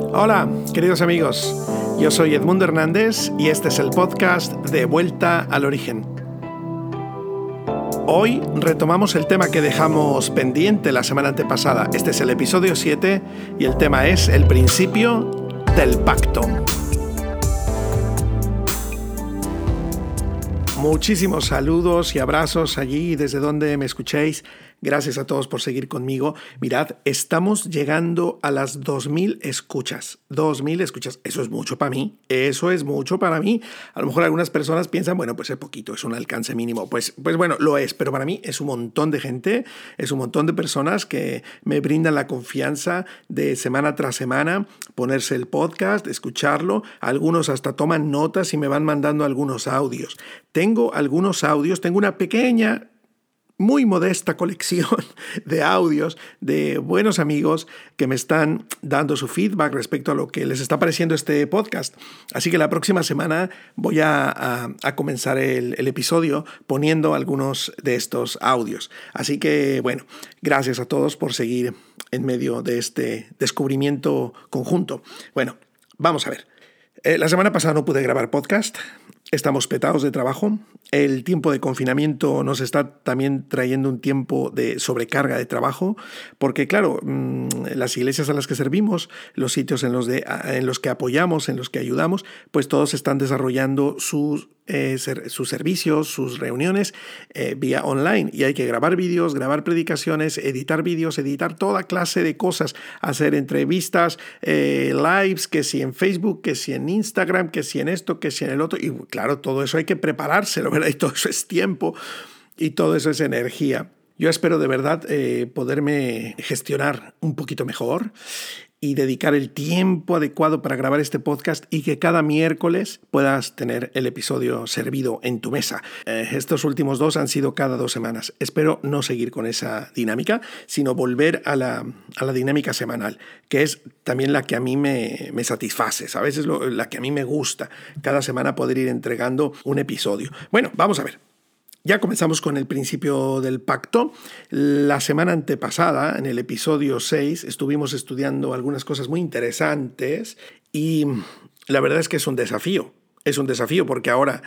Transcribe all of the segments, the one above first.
Hola, queridos amigos. Yo soy Edmundo Hernández y este es el podcast de Vuelta al Origen. Hoy retomamos el tema que dejamos pendiente la semana antepasada. Este es el episodio 7 y el tema es el principio del pacto. Muchísimos saludos y abrazos allí desde donde me escuchéis. Gracias a todos por seguir conmigo. Mirad, estamos llegando a las 2.000 escuchas. 2.000 escuchas. Eso es mucho para mí. Eso es mucho para mí. A lo mejor algunas personas piensan, bueno, pues es poquito, es un alcance mínimo. Pues bueno, lo es. Pero para mí es un montón de gente, es un montón de personas que me brindan la confianza de semana tras semana ponerse el podcast, escucharlo. Algunos hasta toman notas y me van mandando algunos audios. Tengo algunos audios, tengo una pequeña, muy modesta colección de audios de buenos amigos que me están dando su feedback respecto a lo que les está pareciendo este podcast. Así que la próxima semana voy a comenzar el episodio poniendo algunos de estos audios. Así que, bueno, gracias a todos por seguir en medio de este descubrimiento conjunto. Bueno, vamos a ver. La semana pasada no pude grabar podcast. Estamos petados de trabajo. El tiempo de confinamiento nos está también trayendo un tiempo de sobrecarga de trabajo, porque claro, las iglesias a las que servimos, los sitios en los que apoyamos, en los que ayudamos, pues todos están desarrollando sus servicios, sus reuniones vía online, y hay que grabar vídeos, grabar predicaciones, editar vídeos, editar toda clase de cosas, hacer entrevistas, lives, que si en Facebook, que si en Instagram, que si en esto, que si en el otro, y claro, todo eso hay que preparárselo, ¿verdad? Y todo eso es tiempo y todo eso es energía. Yo espero de verdad poderme gestionar un poquito mejor y dedicar el tiempo adecuado para grabar este podcast y que cada miércoles puedas tener el episodio servido en tu mesa. Estos últimos dos han sido cada 2 semanas. Espero no seguir con esa dinámica, sino volver a la dinámica semanal, que es también la que a mí me satisface, ¿sabes? Es la que a mí me gusta, cada semana poder ir entregando un episodio. Bueno, vamos a ver. Ya comenzamos con el principio del pacto. La semana antepasada, en el episodio 6, estuvimos estudiando algunas cosas muy interesantes y la verdad es que es un desafío. Es un desafío porque ahora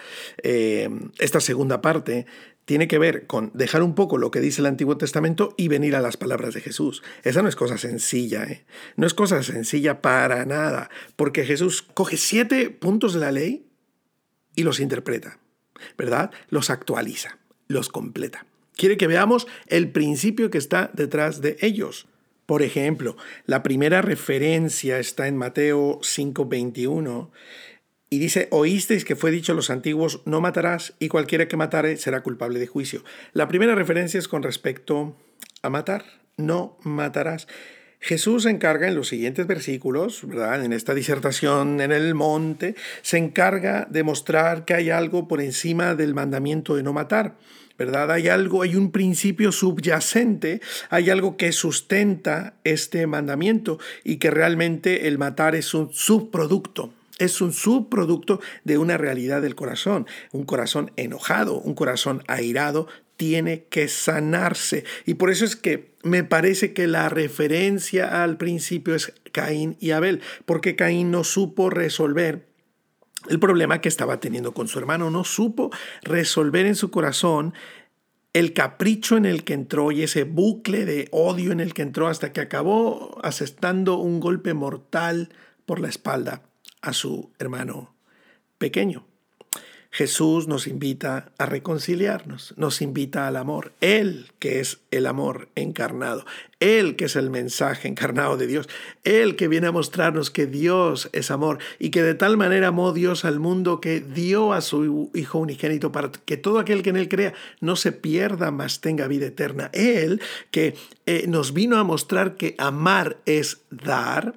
esta segunda parte tiene que ver con dejar un poco lo que dice el Antiguo Testamento y venir a las palabras de Jesús. Esa no es cosa sencilla, ¿eh? No es cosa sencilla para nada, porque Jesús coge 7 puntos de la ley y los interpreta, ¿verdad? Los actualiza, los completa. Quiere que veamos el principio que está detrás de ellos. Por ejemplo, la primera referencia está en Mateo 5:21 y dice: oísteis que fue dicho a los antiguos, no matarás, y cualquiera que matare será culpable de juicio. La primera referencia es con respecto a matar, no matarás. Jesús se encarga en los siguientes versículos, ¿verdad? En esta disertación en el monte, se encarga de mostrar que hay algo por encima del mandamiento de no matar, ¿verdad? Hay un principio subyacente, hay algo que sustenta este mandamiento y que realmente el matar es un subproducto. Es un subproducto de una realidad del corazón. Un corazón enojado, un corazón airado, tiene que sanarse. Y por eso es que me parece que la referencia al principio es Caín y Abel, porque Caín no supo resolver el problema que estaba teniendo con su hermano, no supo resolver en su corazón el capricho en el que entró y ese bucle de odio en el que entró hasta que acabó asestando un golpe mortal por la espalda a su hermano pequeño. Jesús nos invita a reconciliarnos, nos invita al amor. Él que es el amor encarnado, Él que es el mensaje encarnado de Dios, Él que viene a mostrarnos que Dios es amor y que de tal manera amó Dios al mundo que dio a su Hijo unigénito para que todo aquel que en Él crea no se pierda, mas tenga vida eterna. Él que nos vino a mostrar que amar es dar.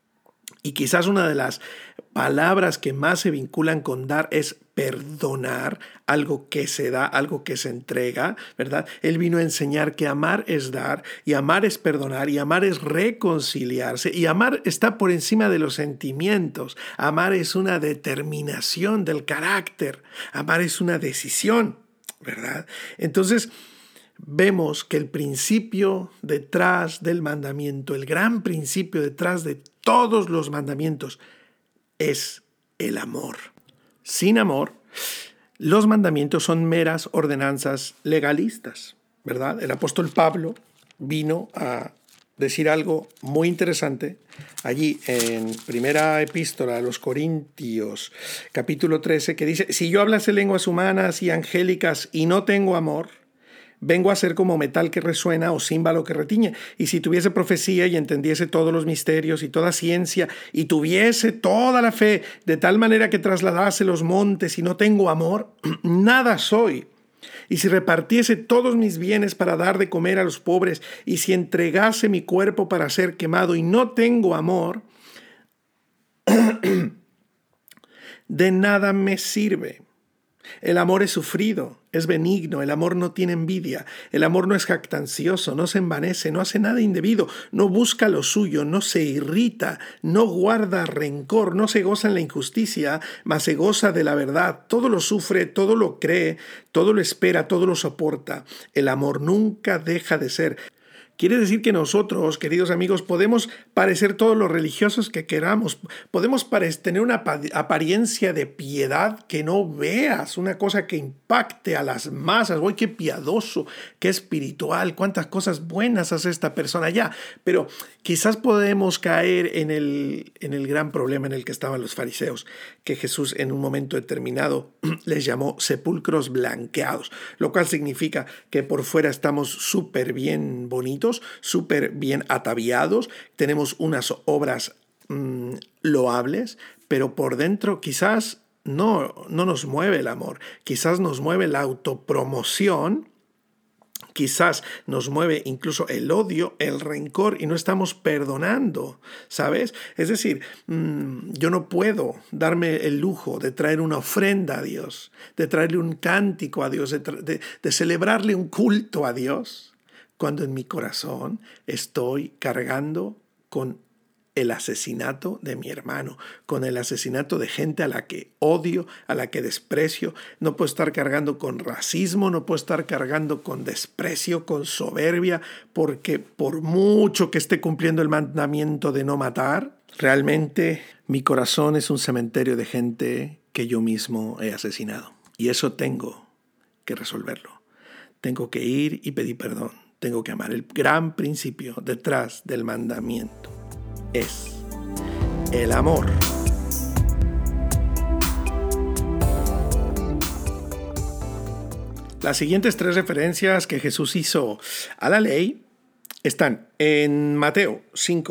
Y quizás una de las palabras que más se vinculan con dar es perdonar, algo que se da, algo que se entrega, ¿verdad? Él vino a enseñar que amar es dar, y amar es perdonar, y amar es reconciliarse, y amar está por encima de los sentimientos. Amar es una determinación del carácter, amar es una decisión, ¿verdad? Entonces, vemos que el principio detrás del mandamiento, el gran principio detrás de todos los mandamientos, es el amor. Sin amor, los mandamientos son meras ordenanzas legalistas, ¿verdad? El apóstol Pablo vino a decir algo muy interesante allí en primera epístola a los Corintios, capítulo 13, que dice: si yo hablase lenguas humanas y angélicas y no tengo amor, vengo a ser como metal que resuena o címbalo que retiñe. Y si tuviese profecía y entendiese todos los misterios y toda ciencia y tuviese toda la fe de tal manera que trasladase los montes y no tengo amor, nada soy. Y si repartiese todos mis bienes para dar de comer a los pobres, y si entregase mi cuerpo para ser quemado y no tengo amor, de nada me sirve. El amor es sufrido, es benigno, el amor no tiene envidia, el amor no es jactancioso, no se envanece, no hace nada indebido, no busca lo suyo, no se irrita, no guarda rencor, no se goza en la injusticia, mas se goza de la verdad. Todo lo sufre, todo lo cree, todo lo espera, todo lo soporta. El amor nunca deja de ser. Quiere decir que nosotros, queridos amigos, podemos parecer todos los religiosos que queramos, podemos tener una apariencia de piedad que no veas, una cosa que impacte a las masas. ¡Uy, qué piadoso, qué espiritual, cuántas cosas buenas hace esta persona ya! Pero quizás podemos caer en el gran problema en el que estaban los fariseos, que Jesús en un momento determinado les llamó sepulcros blanqueados, lo cual significa que por fuera estamos súper bien bonitos, súper bien ataviados, tenemos unas obras loables, pero por dentro quizás no nos mueve el amor, quizás nos mueve la autopromoción, quizás nos mueve incluso el odio, el rencor, y no estamos perdonando, ¿sabes? Es decir, yo no puedo darme el lujo de traer una ofrenda a Dios, de traerle un cántico a Dios, de celebrarle un culto a Dios, cuando en mi corazón estoy cargando con el asesinato de mi hermano, con el asesinato de gente a la que odio, a la que desprecio. No puedo estar cargando con racismo, no puedo estar cargando con desprecio, con soberbia, porque por mucho que esté cumpliendo el mandamiento de no matar, realmente mi corazón es un cementerio de gente que yo mismo he asesinado. Y eso tengo que resolverlo. Tengo que ir y pedir perdón. Tengo que amar. El gran principio detrás del mandamiento es el amor. Las siguientes 3 referencias que Jesús hizo a la ley están en Mateo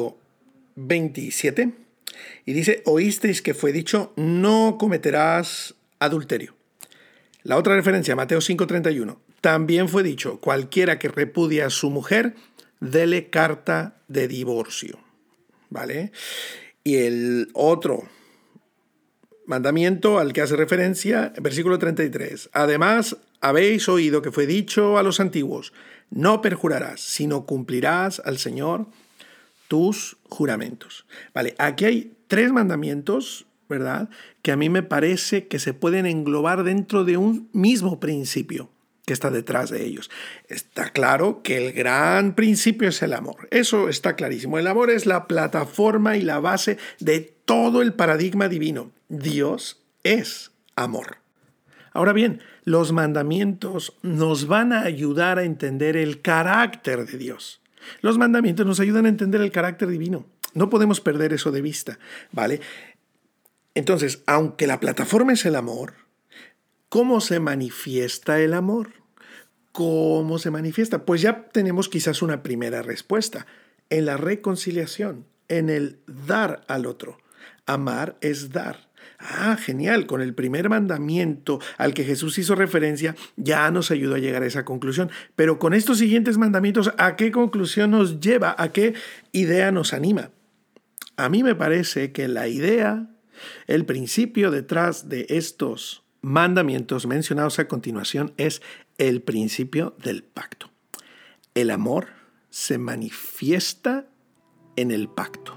5:27 y dice: oísteis que fue dicho, no cometerás adulterio. La otra referencia, Mateo 5:31, también fue dicho, cualquiera que repudie a su mujer, dele carta de divorcio. ¿Vale? Y el otro mandamiento al que hace referencia, versículo 33. Además, habéis oído que fue dicho a los antiguos, no perjurarás, sino cumplirás al Señor tus juramentos. Vale, aquí hay 3 mandamientos, ¿verdad?, que a mí me parece que se pueden englobar dentro de un mismo principio que está detrás de ellos. Está claro que el gran principio es el amor. Eso está clarísimo. El amor es la plataforma y la base de todo el paradigma divino. Dios es amor. Ahora bien, los mandamientos nos van a ayudar a entender el carácter de Dios. Los mandamientos nos ayudan a entender el carácter divino. No podemos perder eso de vista, ¿vale? Entonces, aunque la plataforma es el amor, ¿cómo se manifiesta el amor? ¿Cómo se manifiesta? Pues ya tenemos quizás una primera respuesta. En la reconciliación, en el dar al otro. Amar es dar. Genial. Con el primer mandamiento al que Jesús hizo referencia, ya nos ayudó a llegar a esa conclusión. Pero con estos siguientes mandamientos, ¿a qué conclusión nos lleva? ¿A qué idea nos anima? A mí me parece que la idea, el principio detrás de estos mandamientos mencionados a continuación es el principio del pacto. El amor se manifiesta en el pacto.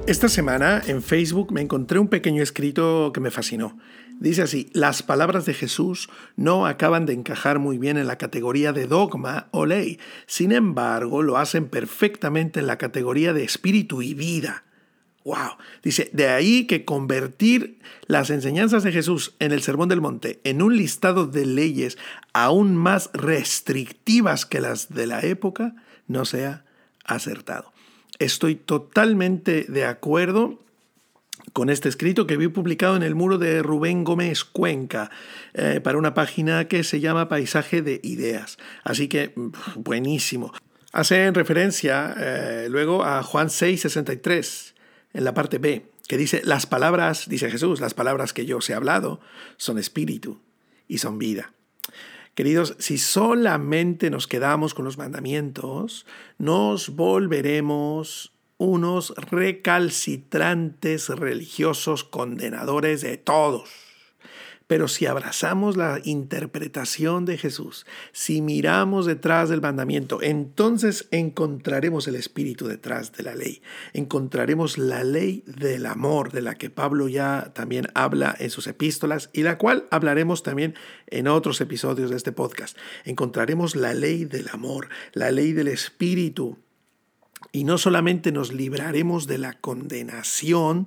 Esta semana en Facebook me encontré un pequeño escrito que me fascinó. Dice así: las palabras de Jesús no acaban de encajar muy bien en la categoría de dogma o ley. Sin embargo, lo hacen perfectamente en la categoría de espíritu y vida. ¡Wow! Dice, de ahí que convertir las enseñanzas de Jesús en el Sermón del Monte en un listado de leyes aún más restrictivas que las de la época no sea acertado. Estoy totalmente de acuerdo con este escrito que vi publicado en el muro de Rubén Gómez Cuenca para una página que se llama Paisaje de Ideas. Así que, buenísimo. Hacen referencia luego a Juan 6:63 en la parte B, que dice, las palabras, dice Jesús, las palabras que yo os he hablado son espíritu y son vida. Queridos, si solamente nos quedamos con los mandamientos, nos volveremos unos recalcitrantes religiosos condenadores de todos. Pero si abrazamos la interpretación de Jesús, si miramos detrás del mandamiento, entonces encontraremos el espíritu detrás de la ley. Encontraremos la ley del amor, de la que Pablo ya también habla en sus epístolas y la cual hablaremos también en otros episodios de este podcast. Encontraremos la ley del amor, la ley del espíritu. Y no solamente nos libraremos de la condenación,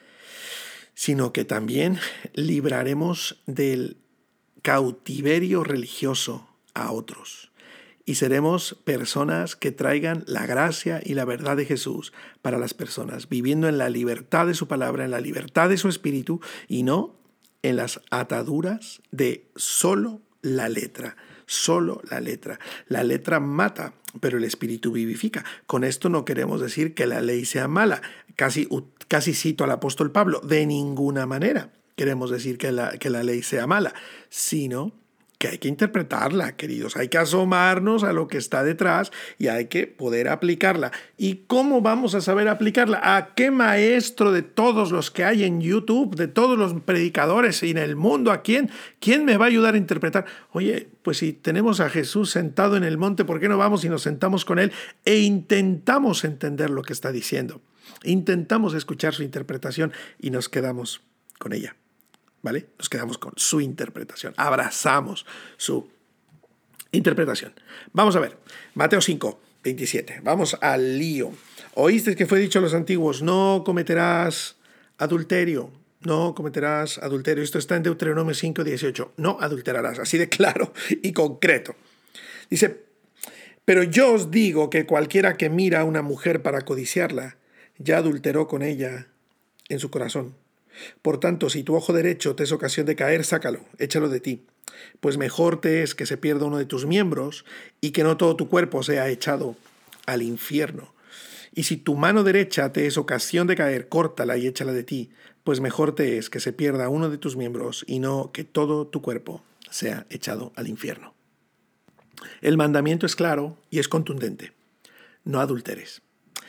sino que también libraremos del cautiverio religioso a otros. Y seremos personas que traigan la gracia y la verdad de Jesús para las personas, viviendo en la libertad de su palabra, en la libertad de su espíritu, y no en las ataduras de solo la letra. Solo la letra. La letra mata, pero el espíritu vivifica. Con esto no queremos decir que la ley sea mala. Casi cito al apóstol Pablo, de ninguna manera queremos decir que la ley sea mala, sino que hay que interpretarla, queridos. Hay que asomarnos a lo que está detrás y hay que poder aplicarla. ¿Y cómo vamos a saber aplicarla? ¿A qué maestro de todos los que hay en YouTube, de todos los predicadores y en el mundo, a quién me va a ayudar a interpretar? Oye, pues si tenemos a Jesús sentado en el monte, ¿por qué no vamos y nos sentamos con Él e intentamos entender lo que está diciendo? Intentamos escuchar su interpretación y nos quedamos con ella. ¿Vale? Nos quedamos con su interpretación. Abrazamos su interpretación. Vamos a ver. Mateo 5:27. Vamos al lío. Oíste que fue dicho a los antiguos, no cometerás adulterio. No cometerás adulterio. Esto está en Deuteronomio 5:18. No adulterarás. Así de claro y concreto. Dice, pero yo os digo que cualquiera que mira a una mujer para codiciarla, ya adulteró con ella en su corazón. Por tanto, si tu ojo derecho te es ocasión de caer, sácalo, échalo de ti. Pues mejor te es que se pierda uno de tus miembros y que no todo tu cuerpo sea echado al infierno. Y si tu mano derecha te es ocasión de caer, córtala y échala de ti. Pues mejor te es que se pierda uno de tus miembros y no que todo tu cuerpo sea echado al infierno. El mandamiento es claro y es contundente. No adulteres.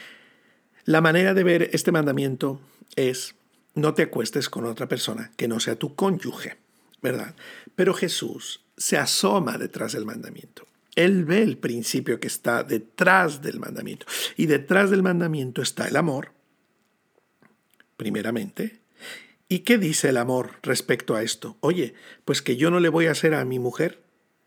La manera de ver este mandamiento es: no te acuestes con otra persona que no sea tu cónyuge, ¿verdad? Pero Jesús se asoma detrás del mandamiento. Él ve el principio que está detrás del mandamiento. Y detrás del mandamiento está el amor, primeramente. ¿Y qué dice el amor respecto a esto? Oye, pues que yo no le voy a hacer a mi mujer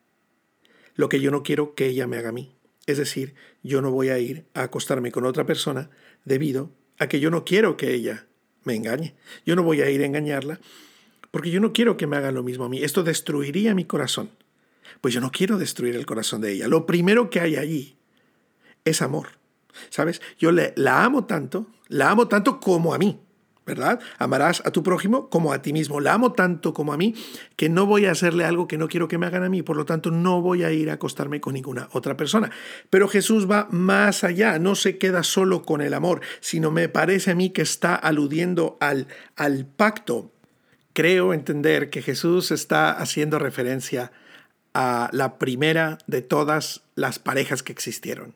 lo que yo no quiero que ella me haga a mí. Es decir, yo no voy a ir a acostarme con otra persona debido a que yo no quiero que ella me engañe. Yo no voy a ir a engañarla porque yo no quiero que me hagan lo mismo a mí. Esto destruiría mi corazón. Pues yo no quiero destruir el corazón de ella. Lo primero que hay allí es amor. ¿Sabes? Yo la amo tanto como a mí, ¿verdad? Amarás a tu prójimo como a ti mismo. La amo tanto como a mí que no voy a hacerle algo que no quiero que me hagan a mí. Por lo tanto, no voy a ir a acostarme con ninguna otra persona. Pero Jesús va más allá. No se queda solo con el amor, sino me parece a mí que está aludiendo al pacto. Creo entender que Jesús está haciendo referencia a la primera de todas las parejas que existieron.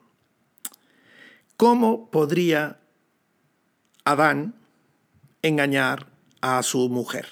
¿Cómo podría Adán engañar a su mujer?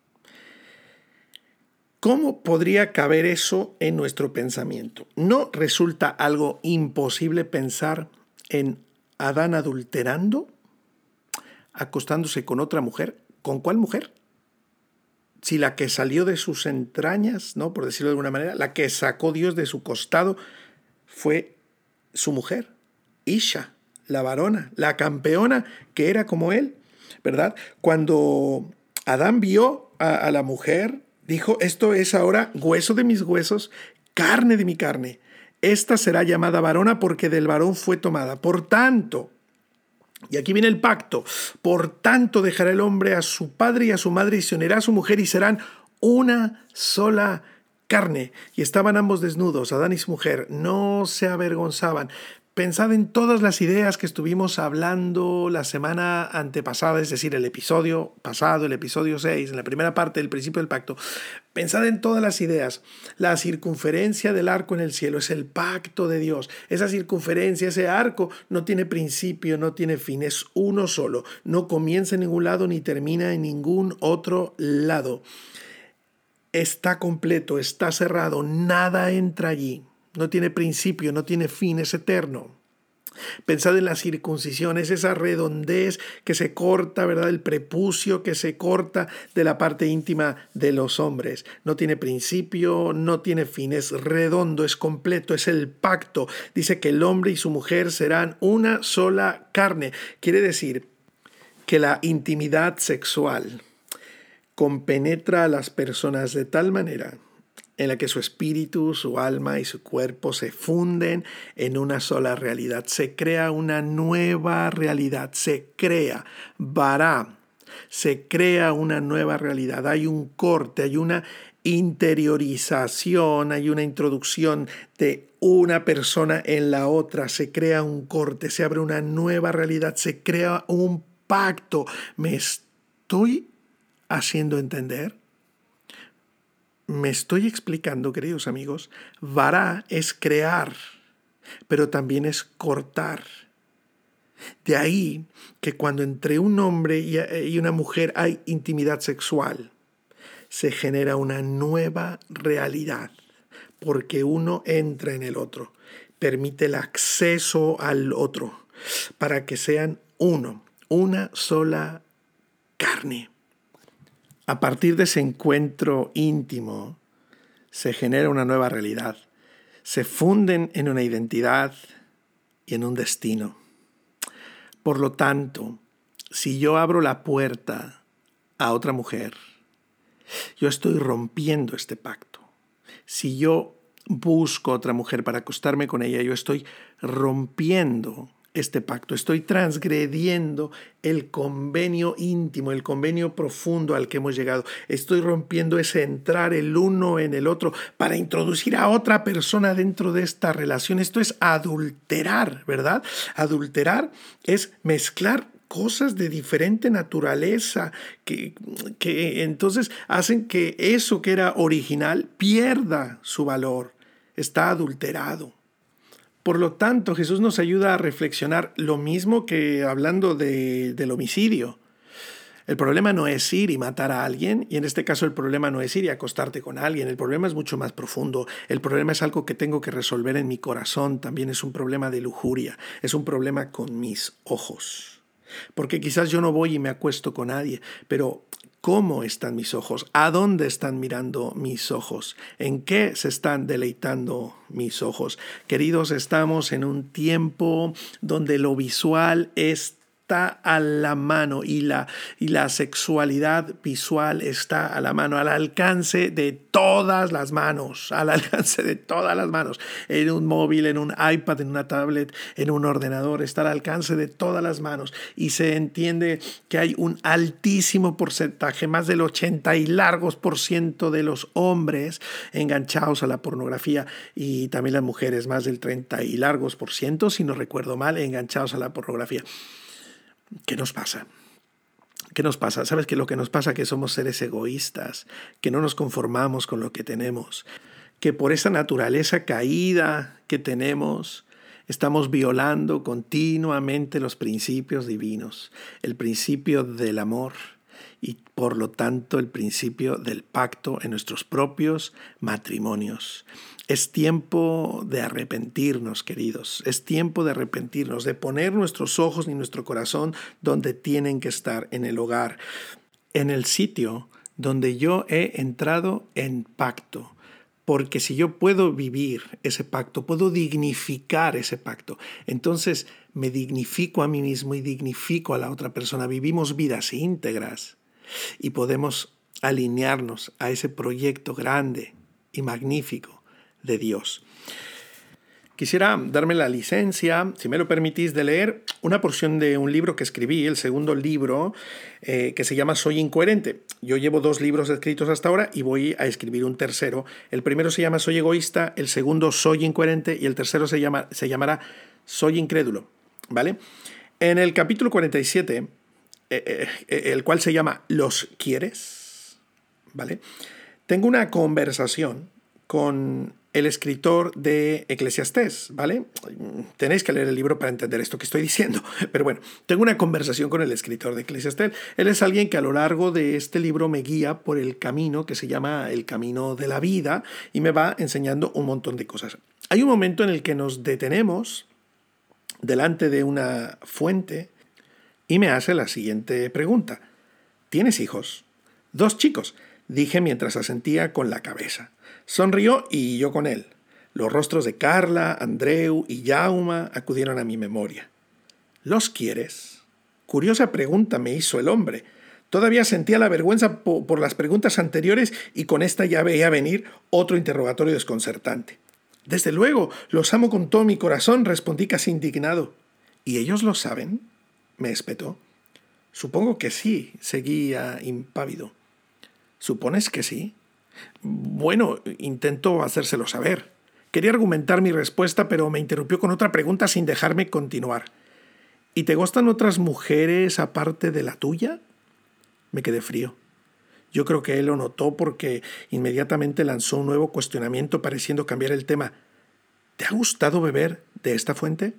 ¿Cómo podría caber eso en nuestro pensamiento? ¿No resulta algo imposible pensar en Adán adulterando? acostándose con otra mujer. ¿Con cuál mujer? Si la que salió de sus entrañas, ¿no? Por decirlo de alguna manera, la que sacó Dios de su costado fue su mujer, Isha, la varona, la campeona que era como él, ¿verdad? Cuando Adán vio a la mujer, dijo, esto es ahora hueso de mis huesos, carne de mi carne. Esta será llamada varona porque del varón fue tomada. Por tanto, y aquí viene el pacto, por tanto dejará el hombre a su padre y a su madre y se unirá a su mujer y serán una sola carne. Y estaban ambos desnudos, Adán y su mujer, no se avergonzaban. Pensad en todas las ideas que estuvimos hablando la semana antepasada, es decir, el episodio pasado, el episodio 6, en la primera parte del principio del pacto. Pensad en todas las ideas. La circunferencia del arco en el cielo es el pacto de Dios. Esa circunferencia, ese arco, no tiene principio, no tiene fin, es uno solo. No comienza en ningún lado ni termina en ningún otro lado. Está completo, está cerrado, nada entra allí. No tiene principio, no tiene fin, es eterno. Pensad en la circuncisión, es esa redondez que se corta, ¿verdad? El prepucio que se corta de la parte íntima de los hombres. No tiene principio, no tiene fin, es redondo, es completo, es el pacto. Dice que el hombre y su mujer serán una sola carne. Quiere decir que la intimidad sexual compenetra a las personas de tal manera en la que su espíritu, su alma y su cuerpo se funden en una sola realidad. Se crea una nueva realidad, se crea, vará, se crea una nueva realidad. Hay un corte, hay una interiorización, hay una introducción de una persona en la otra, se crea un corte, se abre una nueva realidad, se crea un pacto. ¿Me estoy haciendo entender? Me estoy explicando, queridos amigos. Vará es crear, pero también es cortar. De ahí que cuando entre un hombre y una mujer hay intimidad sexual, se genera una nueva realidad, porque uno entra en el otro, permite el acceso al otro, para que sean uno, una sola carne. A partir de ese encuentro íntimo se genera una nueva realidad. Se funden en una identidad y en un destino. Por lo tanto, si yo abro la puerta a otra mujer, yo estoy rompiendo este pacto. Si yo busco otra mujer para acostarme con ella, yo estoy rompiendo este pacto, estoy transgrediendo el convenio íntimo, el convenio profundo al que hemos llegado. Estoy rompiendo ese entrar el uno en el otro para introducir a otra persona dentro de esta relación. Esto es adulterar, ¿verdad? Adulterar es mezclar cosas de diferente naturaleza que entonces hacen que eso que era original pierda su valor. Está adulterado. Por lo tanto, Jesús nos ayuda a reflexionar lo mismo que hablando del homicidio. El problema no es ir y matar a alguien, y en este caso el problema no es ir y acostarte con alguien, el problema es mucho más profundo, el problema es algo que tengo que resolver en mi corazón, también es un problema de lujuria, es un problema con mis ojos. Porque quizás yo no voy y me acuesto con nadie, pero ¿cómo están mis ojos? ¿A dónde están mirando mis ojos? ¿En qué se están deleitando mis ojos? Queridos, estamos en un tiempo donde lo visual está a la mano y la sexualidad visual está a la mano, al alcance de todas las manos, al alcance de todas las manos, en un móvil, en un iPad, en una tablet, en un ordenador, está al alcance de todas las manos y se entiende que hay un altísimo porcentaje, más del 80 y largos por ciento de los hombres enganchados a la pornografía y también las mujeres, más del 30 y largos por ciento, si no recuerdo mal, enganchados a la pornografía. ¿Qué nos pasa? ¿Qué nos pasa? ¿Sabes que lo que nos pasa es que somos seres egoístas, que no nos conformamos con lo que tenemos, que por esa naturaleza caída que tenemos, estamos violando continuamente los principios divinos, el principio del amor, y por lo tanto el principio del pacto en nuestros propios matrimonios. Es tiempo de arrepentirnos, queridos. Es tiempo de arrepentirnos, de poner nuestros ojos y nuestro corazón donde tienen que estar, en el hogar, en el sitio donde yo he entrado en pacto. Porque si yo puedo vivir ese pacto, puedo dignificar ese pacto, entonces me dignifico a mí mismo y dignifico a la otra persona. Vivimos vidas íntegras y podemos alinearnos a ese proyecto grande y magnífico de Dios. Quisiera darme la licencia, si me lo permitís, de leer una porción de un libro que escribí, el segundo libro, que se llama Soy Incoherente. Yo llevo 2 libros escritos hasta ahora y voy a escribir un tercero. El primero se llama Soy Egoísta, el segundo Soy Incoherente y el tercero se llamará Soy Incrédulo. ¿Vale? En el capítulo 47, el cual se llama Los quieres, ¿vale? Tengo una conversación con el escritor de Eclesiastés, ¿vale? Tenéis que leer el libro para entender esto que estoy diciendo. Pero bueno, tengo una conversación con el escritor de Eclesiastés. Él es alguien que a lo largo de este libro me guía por el camino que se llama el camino de la vida y me va enseñando un montón de cosas. Hay un momento en el que nos detenemos delante de una fuente y me hace la siguiente pregunta. ¿Tienes hijos? 2 chicos, dije mientras asentía con la cabeza. Sonrió y yo con él. Los rostros de Carla, Andreu y Jauma acudieron a mi memoria. ¿Los quieres? Curiosa pregunta me hizo el hombre. Todavía sentía la vergüenza por las preguntas anteriores y con esta ya veía venir otro interrogatorio desconcertante. Desde luego, los amo con todo mi corazón, respondí casi indignado. ¿Y ellos lo saben?, me espetó. Supongo que sí, seguía impávido. ¿Supones que sí? Bueno, intento hacérselo saber. Quería argumentar mi respuesta, pero me interrumpió con otra pregunta sin dejarme continuar. ¿Y te gustan otras mujeres aparte de la tuya? Me quedé frío. Yo creo que él lo notó porque inmediatamente lanzó un nuevo cuestionamiento pareciendo cambiar el tema. ¿Te ha gustado beber de esta fuente?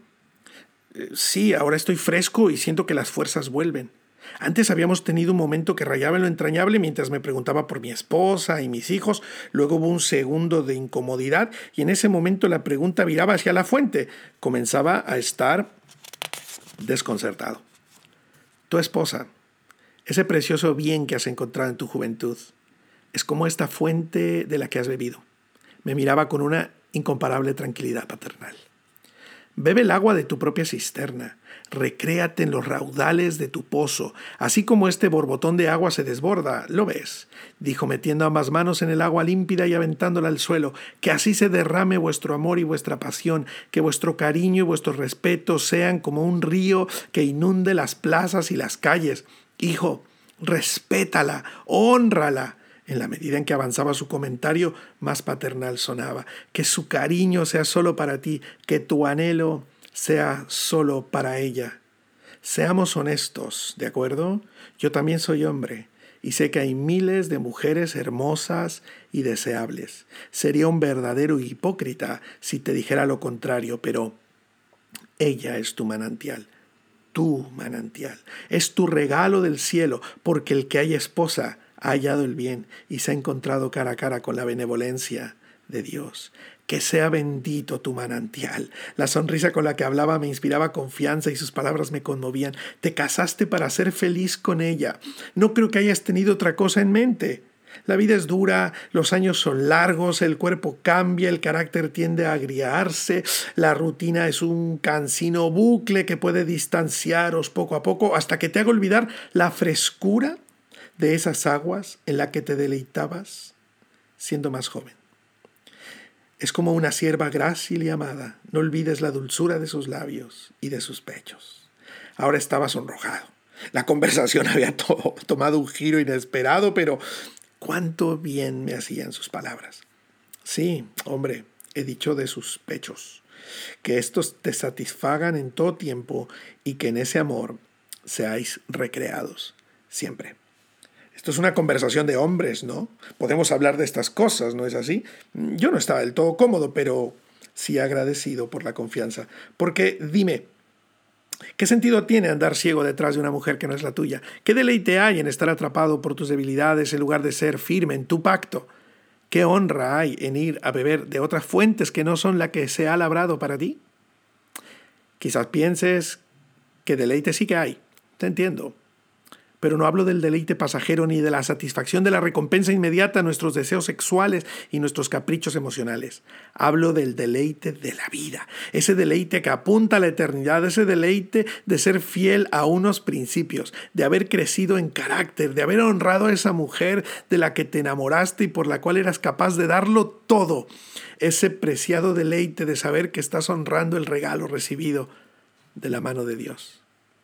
Sí, ahora estoy fresco y siento que las fuerzas vuelven. Antes habíamos tenido un momento que rayaba en lo entrañable mientras me preguntaba por mi esposa y mis hijos. Luego hubo un segundo de incomodidad y en ese momento la pregunta viraba hacia la fuente. Comenzaba a estar desconcertado. Tu esposa, ese precioso bien que has encontrado en tu juventud, es como esta fuente de la que has bebido. Me miraba con una incomparable tranquilidad paternal. Bebe el agua de tu propia cisterna, recréate en los raudales de tu pozo, así como este borbotón de agua se desborda, ¿lo ves?, dijo metiendo ambas manos en el agua límpida y aventándola al suelo, que así se derrame vuestro amor y vuestra pasión, que vuestro cariño y vuestro respeto sean como un río que inunde las plazas y las calles. Hijo, respétala, hónrala. En la medida en que avanzaba su comentario, más paternal sonaba. Que su cariño sea solo para ti, que tu anhelo sea solo para ella. Seamos honestos, ¿de acuerdo? Yo también soy hombre y sé que hay miles de mujeres hermosas y deseables. Sería un verdadero hipócrita si te dijera lo contrario, pero ella es tu manantial. Tu manantial. Es tu regalo del cielo, porque el que haya esposa ha hallado el bien y se ha encontrado cara a cara con la benevolencia de Dios. Que sea bendito tu manantial. La sonrisa con la que hablaba me inspiraba confianza y sus palabras me conmovían. Te casaste para ser feliz con ella. No creo que hayas tenido otra cosa en mente. La vida es dura, los años son largos, el cuerpo cambia, el carácter tiende a agriarse, la rutina es un cansino bucle que puede distanciaros poco a poco hasta que te haga olvidar la frescura de esas aguas en la que te deleitabas siendo más joven. Es como una sierva grácil y amada. No olvides la dulzura de sus labios y de sus pechos. Ahora estaba sonrojado. La conversación había tomado un giro inesperado, pero cuánto bien me hacían sus palabras. Sí, hombre, he dicho de sus pechos. Que estos te satisfagan en todo tiempo y que en ese amor seáis recreados siempre. Esto es una conversación de hombres, ¿no? Podemos hablar de estas cosas, ¿no es así? Yo no estaba del todo cómodo, pero sí agradecido por la confianza. Porque dime, ¿Qué sentido tiene andar ciego detrás de una mujer que no es la tuya? ¿Qué deleite hay en estar atrapado por tus debilidades en lugar de ser firme en tu pacto? ¿Qué honra hay en ir a beber de otras fuentes que no son la que se ha labrado para ti? Quizás pienses que deleite sí que hay, te entiendo. Pero no hablo del deleite pasajero ni de la satisfacción de la recompensa inmediata a nuestros deseos sexuales y nuestros caprichos emocionales. Hablo del deleite de la vida, ese deleite que apunta a la eternidad, ese deleite de ser fiel a unos principios, de haber crecido en carácter, de haber honrado a esa mujer de la que te enamoraste y por la cual eras capaz de darlo todo. Ese preciado deleite de saber que estás honrando el regalo recibido de la mano de Dios.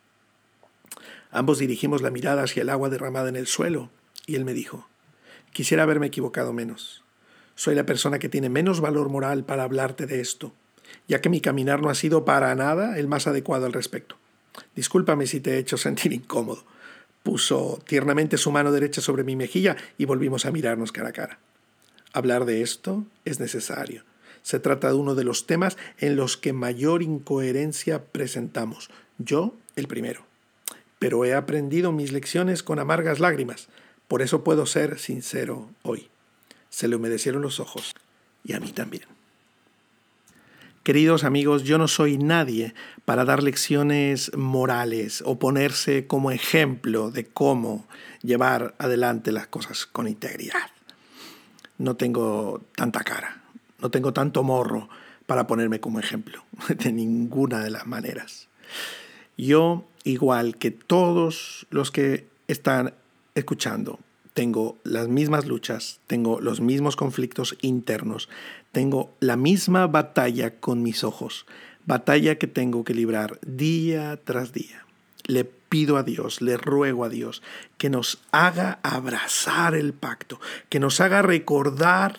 Ambos dirigimos la mirada hacia el agua derramada en el suelo, y él me dijo, quisiera haberme equivocado menos. Soy la persona que tiene menos valor moral para hablarte de esto, ya que mi caminar no ha sido para nada el más adecuado al respecto. Discúlpame si te he hecho sentir incómodo. Puso tiernamente su mano derecha sobre mi mejilla y volvimos a mirarnos cara a cara. Hablar de esto es necesario. Se trata de uno de los temas en los que mayor incoherencia presentamos. Yo, el primero. Pero he aprendido mis lecciones con amargas lágrimas. Por eso puedo ser sincero hoy. Se le humedecieron los ojos. Y a mí también. Queridos amigos, yo no soy nadie para dar lecciones morales o ponerse como ejemplo de cómo llevar adelante las cosas con integridad. No tengo tanta cara, no tengo tanto morro para ponerme como ejemplo, de ninguna de las maneras. Yo, igual que todos los que están escuchando, tengo las mismas luchas, tengo los mismos conflictos internos, tengo la misma batalla con mis ojos, batalla que tengo que librar día tras día. Le pido a Dios, le ruego a Dios que nos haga abrazar el pacto, que nos haga recordar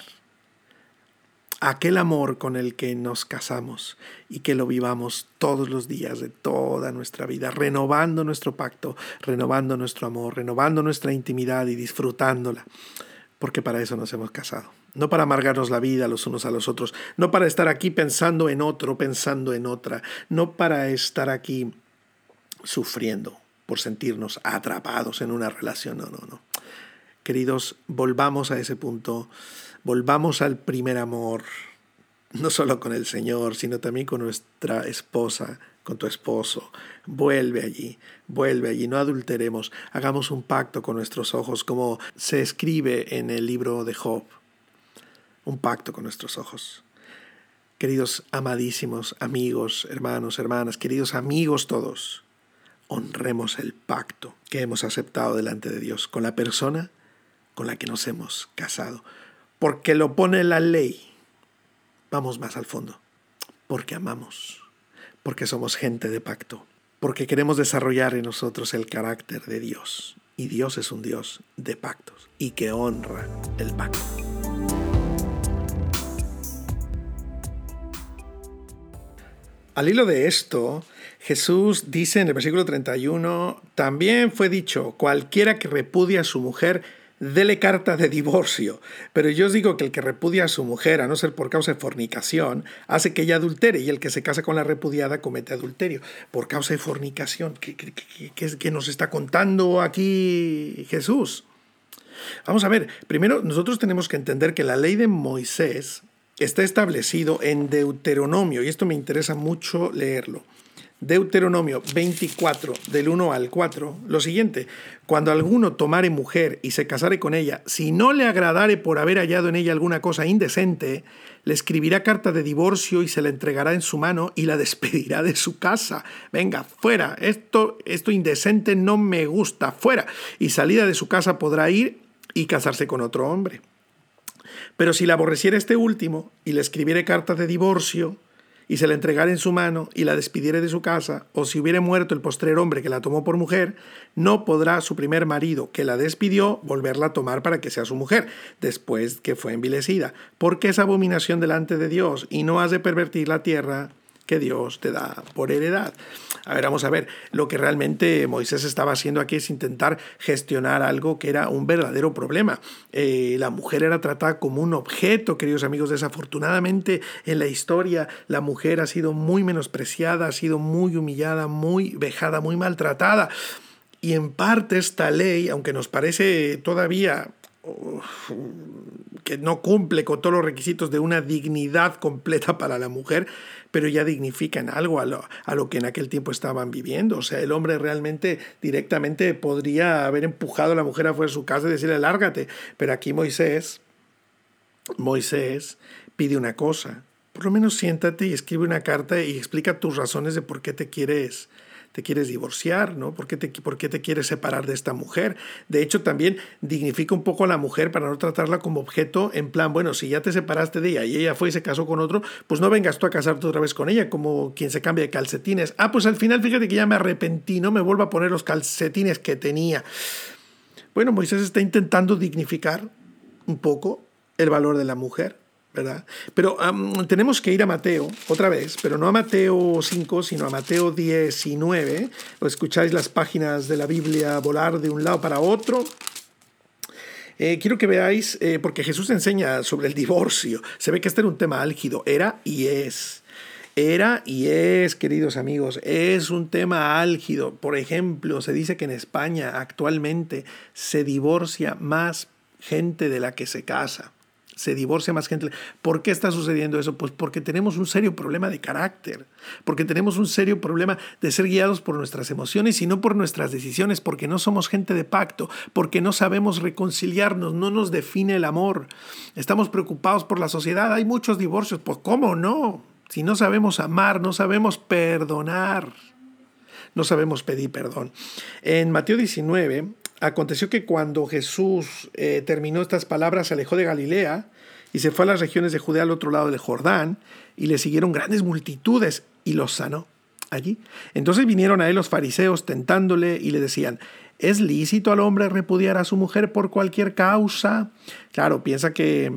aquel amor con el que nos casamos y que lo vivamos todos los días de toda nuestra vida, renovando nuestro pacto, renovando nuestro amor, renovando nuestra intimidad y disfrutándola, porque para eso nos hemos casado. No para amargarnos la vida los unos a los otros, no para estar aquí pensando en otro, pensando en otra, no para estar aquí sufriendo por sentirnos atrapados en una relación, no. Queridos, volvamos a ese punto. Volvamos al primer amor, no solo con el Señor, sino también con nuestra esposa, con tu esposo. Vuelve allí, no adulteremos, hagamos un pacto con nuestros ojos, como se escribe en el libro de Job, un pacto con nuestros ojos. Queridos amadísimos amigos, hermanos, hermanas, queridos amigos todos, honremos el pacto que hemos aceptado delante de Dios con la persona con la que nos hemos casado. Porque lo pone la ley. Vamos más al fondo. Porque amamos. Porque somos gente de pacto. Porque queremos desarrollar en nosotros el carácter de Dios. Y Dios es un Dios de pactos y que honra el pacto. Al hilo de esto, Jesús dice en el versículo 31, también fue dicho, cualquiera que repudia a su mujer, dele carta de divorcio. Pero yo os digo que el que repudia a su mujer, a no ser por causa de fornicación, hace que ella adultere, y el que se casa con la repudiada comete adulterio. Por causa de fornicación. ¿Qué nos está contando aquí Jesús? Vamos a ver, primero nosotros tenemos que entender que la ley de Moisés está establecido en Deuteronomio, y esto me interesa mucho leerlo. Deuteronomio 24, del 1 al 4, lo siguiente: cuando alguno tomare mujer y se casare con ella, si no le agradare por haber hallado en ella alguna cosa indecente, le escribirá carta de divorcio y se la entregará en su mano y la despedirá de su casa. Venga, fuera, esto indecente no me gusta, fuera. Y salida de su casa podrá ir y casarse con otro hombre. Pero si la aborreciera este último y le escribiere carta de divorcio y se la entregara en su mano y la despidiere de su casa, o si hubiere muerto el postrer hombre que la tomó por mujer, no podrá su primer marido, que la despidió, volverla a tomar para que sea su mujer, después que fue envilecida, porque es abominación delante de Dios, y no has de pervertir la tierra que Dios te da por heredad. A ver, vamos a ver, lo que realmente Moisés estaba haciendo aquí es intentar gestionar algo que era un verdadero problema. La mujer era tratada como un objeto, queridos amigos. Desafortunadamente en la historia la mujer ha sido muy menospreciada, ha sido muy humillada, muy vejada, muy maltratada. Y en parte esta ley, aunque nos parece todavía que no cumple con todos los requisitos de una dignidad completa para la mujer, pero ya dignifica en algo a lo que en aquel tiempo estaban viviendo. O sea, el hombre realmente directamente podría haber empujado a la mujer afuera de su casa y decirle lárgate, pero aquí Moisés pide una cosa: por lo menos siéntate y escribe una carta y explica tus razones de por qué te quieres divorciar, ¿no? ¿Por qué te quieres separar de esta mujer? De hecho, también dignifica un poco a la mujer para no tratarla como objeto, en plan, bueno, si ya te separaste de ella y ella fue y se casó con otro, pues no vengas tú a casarte otra vez con ella, como quien se cambia de calcetines. Ah, pues al final fíjate que ya me arrepentí, no me vuelvo a poner los calcetines que tenía. Bueno, Moisés está intentando dignificar un poco el valor de la mujer, ¿verdad? Pero tenemos que ir a Mateo otra vez, pero no a Mateo 5, sino a Mateo 19. O escucháis las páginas de la Biblia volar de un lado para otro. Quiero que veáis, porque Jesús enseña sobre el divorcio. Se ve que este era un tema álgido. Era y es, queridos amigos, es un tema álgido. Por ejemplo, se dice que en España actualmente se divorcia más gente de la que se casa. Se divorcia más gente. ¿Por qué está sucediendo eso? Pues porque tenemos un serio problema de carácter, porque tenemos un serio problema de ser guiados por nuestras emociones y no por nuestras decisiones, porque no somos gente de pacto, porque no sabemos reconciliarnos, no nos define el amor. Estamos preocupados por la sociedad, hay muchos divorcios, pues ¿cómo no? Si no sabemos amar, no sabemos perdonar, no sabemos pedir perdón. En Mateo 19... aconteció que cuando Jesús terminó estas palabras, se alejó de Galilea y se fue a las regiones de Judea al otro lado del Jordán, y le siguieron grandes multitudes y los sanó allí. Entonces vinieron a él los fariseos tentándole y le decían: ¿es lícito al hombre repudiar a su mujer por cualquier causa? Claro, piensa que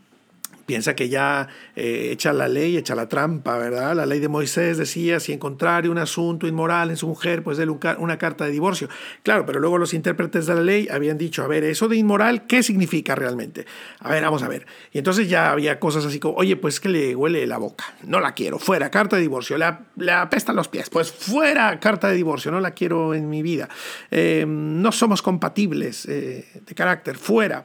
ya echa la ley, echa la trampa, ¿verdad? La ley de Moisés decía, si encontrare un asunto inmoral en su mujer, pues déle una carta de divorcio. Claro, pero luego los intérpretes de la ley habían dicho, a ver, eso de inmoral, ¿qué significa realmente? A ver, vamos a ver. Y entonces ya había cosas así como, oye, pues que le huele la boca, no la quiero, fuera, carta de divorcio, le apestan los pies, pues fuera, carta de divorcio, no la quiero en mi vida. No somos compatibles de carácter, fuera,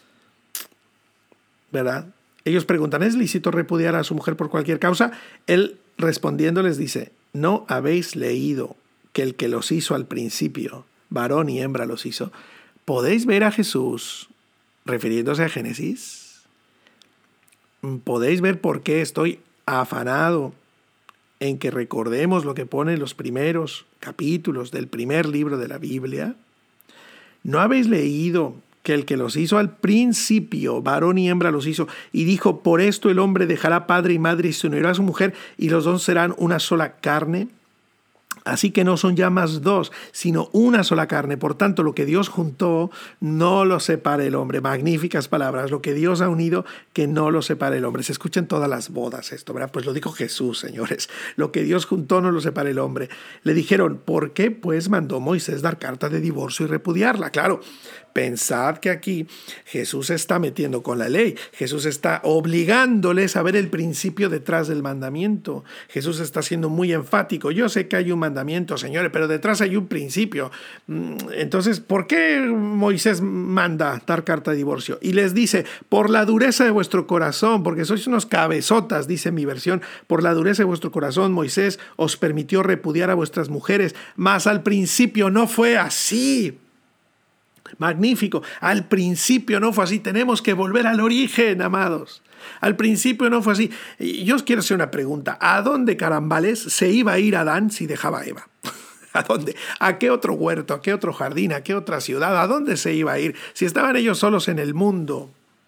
¿verdad? Ellos preguntan, ¿es lícito repudiar a su mujer por cualquier causa? Él respondiendo les dice, ¿no habéis leído que el que los hizo al principio, varón y hembra los hizo? ¿Podéis ver a Jesús refiriéndose a Génesis? ¿Podéis ver por qué estoy afanado en que recordemos lo que pone en los primeros capítulos del primer libro de la Biblia? ¿No habéis leído que el que los hizo al principio, varón y hembra los hizo, y dijo, por esto el hombre dejará padre y madre y se unirá a su mujer, y los dos serán una sola carne? Así que no son ya más dos, sino una sola carne. Por tanto, lo que Dios juntó, no lo separe el hombre. Magníficas palabras. Lo que Dios ha unido, que no lo separe el hombre. Se escucha en todas las bodas esto, ¿verdad? Pues lo dijo Jesús, señores. Lo que Dios juntó, no lo separe el hombre. Le dijeron, ¿por qué pues mandó Moisés dar carta de divorcio y repudiarla? Claro, pensad que aquí Jesús está metiendo con la ley. Jesús está obligándoles a ver el principio detrás del mandamiento. Jesús está siendo muy enfático. Yo sé que hay un mandamiento, señores, pero detrás hay un principio. Entonces, ¿por qué Moisés manda dar carta de divorcio? Y les dice, por la dureza de vuestro corazón, porque sois unos cabezotas, dice mi versión, por la dureza de vuestro corazón, Moisés os permitió repudiar a vuestras mujeres, mas al principio no fue así. Magnífico. Al principio no fue así. Tenemos que volver al origen, amados. Al principio no fue así. Yo os quiero hacer una pregunta. ¿A dónde carambales se iba a ir Adán si dejaba a Eva? ¿A dónde? ¿A qué otro huerto? ¿A qué otro jardín? ¿A qué otra ciudad? ¿A dónde se iba a ir? Si estaban ellos solos en el mundo,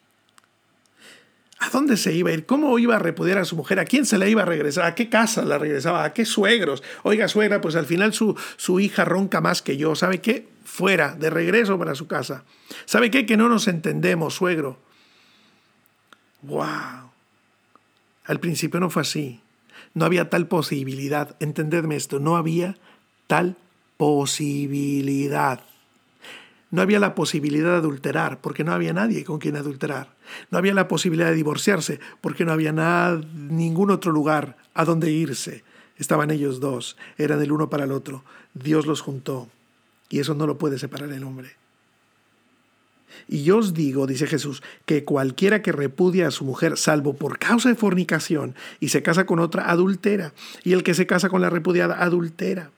¿a dónde se iba a ir? ¿Cómo iba a repudiar a su mujer? ¿A quién se la iba a regresar? ¿A qué casa la regresaba? ¿A qué suegros? Oiga, suegra, pues al final su hija ronca más que yo. ¿Sabe qué? Fuera, de regreso para su casa. ¿Sabe qué? Que no nos entendemos, suegro. ¡Wow! Al principio no fue así. No había tal posibilidad. Entendedme esto, no había tal posibilidad. No había la posibilidad de adulterar, porque no había nadie con quien adulterar. No había la posibilidad de divorciarse, porque no había ningún otro lugar a donde irse. Estaban ellos dos, eran el uno para el otro. Dios los juntó, y eso no lo puede separar el hombre. Y yo os digo, dice Jesús, que cualquiera que repudia a su mujer, salvo por causa de fornicación, y se casa con otra, adultera. Y el que se casa con la repudiada, adultera.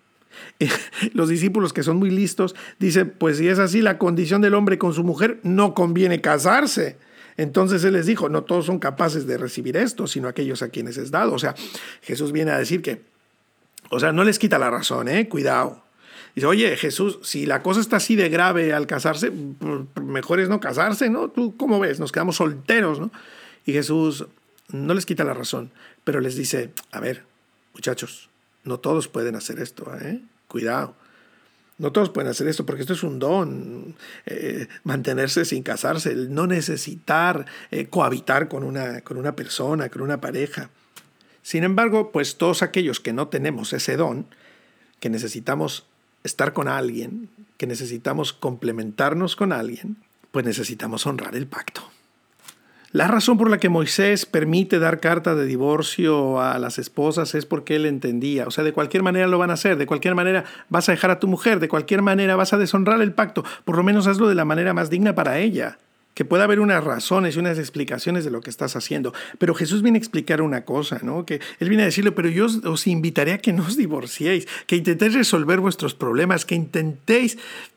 Los discípulos, que son muy listos, dicen, pues si es así la condición del hombre con su mujer, no conviene casarse. Entonces Él les dijo, no todos son capaces de recibir esto, sino aquellos a quienes es dado. O sea, Jesús viene a decir que, no les quita la razón, cuidado. Dice, oye, Jesús, si la cosa está así de grave al casarse, mejor es no casarse, ¿no? ¿Tú cómo ves? Nos quedamos solteros, ¿no? Y Jesús no les quita la razón, pero les dice, a ver, muchachos, no todos pueden hacer esto, Cuidado. No todos pueden hacer esto porque esto es un don, mantenerse sin casarse, el no necesitar cohabitar con una persona, con una pareja. Sin embargo, pues todos aquellos que no tenemos ese don, que necesitamos estar con alguien, que necesitamos complementarnos con alguien, pues necesitamos honrar el pacto. La razón por la que Moisés permite dar carta de divorcio a las esposas es porque él entendía. O sea, de cualquier manera lo van a hacer, de cualquier manera vas a dejar a tu mujer, de cualquier manera vas a deshonrar el pacto. Por lo menos hazlo de la manera más digna para ella. Que pueda haber unas razones y unas explicaciones de lo que estás haciendo. Pero Jesús viene a explicar una cosa, ¿no? Que Él viene a decirle, pero yo os invitaré a que no os divorciéis, que intentéis resolver vuestros problemas, que intentéis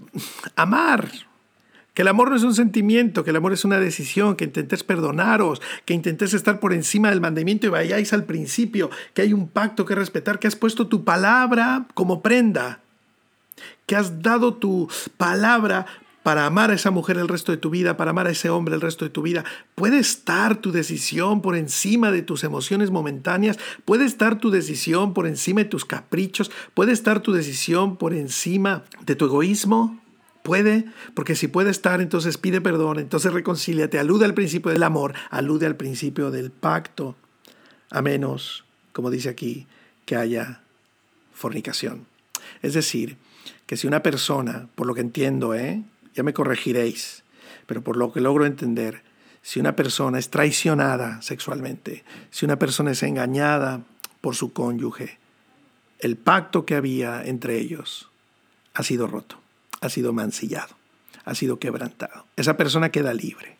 amar. Que el amor no es un sentimiento, que el amor es una decisión, que intentéis perdonaros, que intentéis estar por encima del mandamiento y vayáis al principio, que hay un pacto que respetar, que has puesto tu palabra como prenda, que has dado tu palabra para amar a esa mujer el resto de tu vida, para amar a ese hombre el resto de tu vida. Puede estar tu decisión por encima de tus emociones momentáneas, puede estar tu decisión por encima de tus caprichos, puede estar tu decisión por encima de tu egoísmo. Puede, porque si puede estar, entonces pide perdón, entonces reconcíliate, alude al principio del amor, alude al principio del pacto, a menos, como dice aquí, que haya fornicación. Es decir, que si una persona, por lo que entiendo, ya me corregiréis, pero por lo que logro entender, si una persona es traicionada sexualmente, si una persona es engañada por su cónyuge, el pacto que había entre ellos ha sido roto. Ha sido mancillado, ha sido quebrantado. Esa persona queda libre.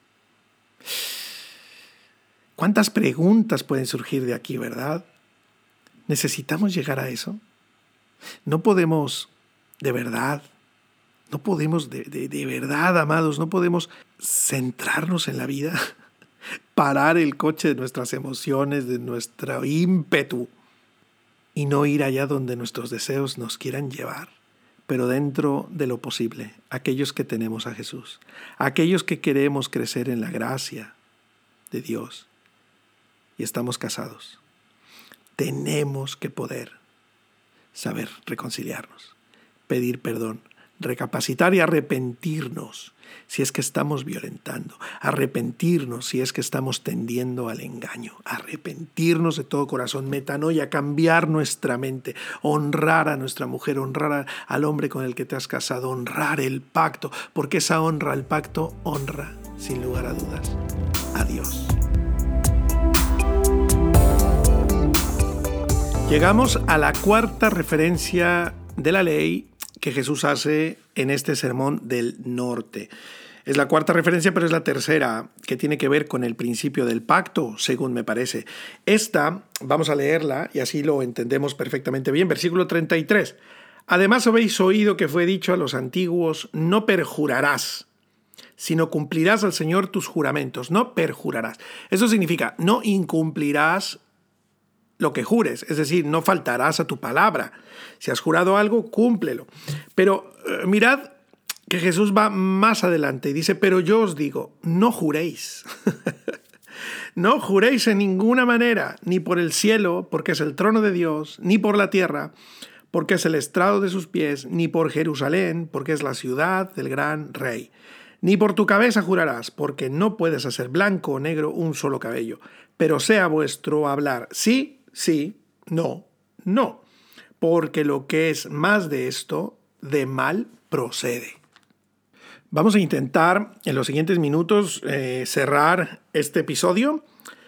¿Cuántas preguntas pueden surgir de aquí, verdad? ¿Necesitamos llegar a eso? No podemos, de verdad, de verdad, amados, no podemos centrarnos en la vida, parar el coche de nuestras emociones, de nuestro ímpetu y no ir allá donde nuestros deseos nos quieran llevar. Pero dentro de lo posible, aquellos que tenemos a Jesús, aquellos que queremos crecer en la gracia de Dios y estamos casados, tenemos que poder saber reconciliarnos, pedir perdón, recapacitar y arrepentirnos si es que estamos violentando, arrepentirnos si es que estamos tendiendo al engaño, arrepentirnos de todo corazón, metanoia, cambiar nuestra mente, honrar a nuestra mujer, honrar al hombre con el que te has casado, honrar el pacto, porque esa honra al pacto honra, sin lugar a dudas, a Dios. Llegamos a la cuarta referencia de la ley que Jesús hace en este sermón del norte. Es la cuarta referencia, pero es la tercera, que tiene que ver con el principio del pacto, según me parece. Esta, vamos a leerla y así lo entendemos perfectamente bien. Versículo 33. Además habéis oído que fue dicho a los antiguos, no perjurarás, sino cumplirás al Señor tus juramentos. No perjurarás. Eso significa, no incumplirás lo que jures, es decir, no faltarás a tu palabra. Si has jurado algo, cúmplelo. Pero mirad que Jesús va más adelante y dice, pero yo os digo, no juréis. No juréis en ninguna manera, ni por el cielo, porque es el trono de Dios, ni por la tierra, porque es el estrado de sus pies, ni por Jerusalén, porque es la ciudad del gran rey. Ni por tu cabeza jurarás, porque no puedes hacer blanco o negro un solo cabello, pero sea vuestro hablar sí, sí, No, no, porque lo que es más de esto, de mal procede. Vamos a intentar en los siguientes minutos cerrar este episodio.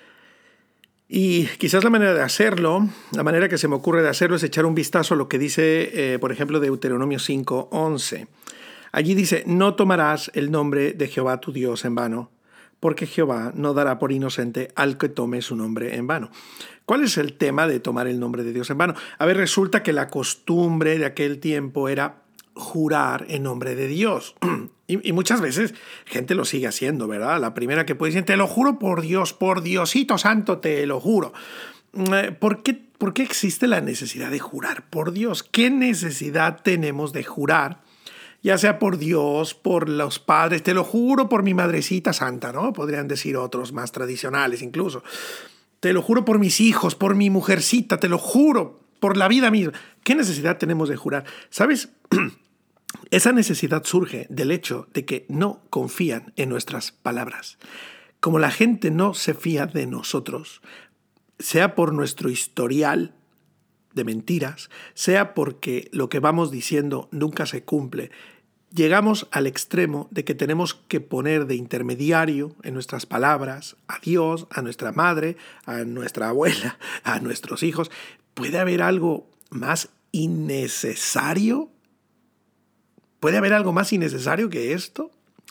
Y quizás la manera de hacerlo, la manera que se me ocurre de hacerlo es echar un vistazo a lo que dice, por ejemplo, Deuteronomio 5:11. Allí dice, no tomarás el nombre de Jehová tu Dios en vano, porque Jehová no dará por inocente al que tome su nombre en vano. ¿Cuál es el tema de tomar el nombre de Dios en vano? A ver, resulta que la costumbre de aquel tiempo era jurar en nombre de Dios. Y muchas veces gente lo sigue haciendo, ¿verdad? La primera que puede decir, te lo juro por Dios, por Diosito Santo, te lo juro. ¿Por qué existe la necesidad de jurar por Dios? ¿Qué necesidad tenemos de jurar? Ya sea por Dios, por los padres, te lo juro por mi madrecita santa, ¿no? Podrían decir otros más tradicionales incluso. Te lo juro por mis hijos, por mi mujercita, te lo juro, por la vida misma. ¿Qué necesidad tenemos de jurar? ¿Sabes? Esa necesidad surge del hecho de que no confían en nuestras palabras. Como la gente no se fía de nosotros, sea por nuestro historial de mentiras, sea porque lo que vamos diciendo nunca se cumple, llegamos al extremo de que tenemos que poner de intermediario en nuestras palabras a Dios, a nuestra madre, a nuestra abuela, a nuestros hijos. ¿Puede haber algo más innecesario? ¿Puede haber algo más innecesario que esto?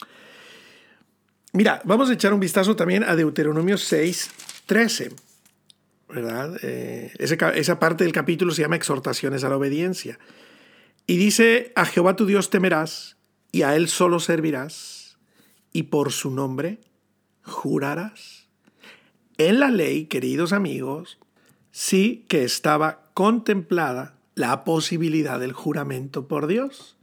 Mira, vamos a echar un vistazo también a Deuteronomio 6:13, ¿verdad? Esa parte del capítulo se llama Exhortaciones a la obediencia. Y dice, a Jehová tu Dios temerás, y a él solo servirás, y por su nombre jurarás. En la ley, queridos amigos, sí que estaba contemplada la posibilidad del juramento por Dios.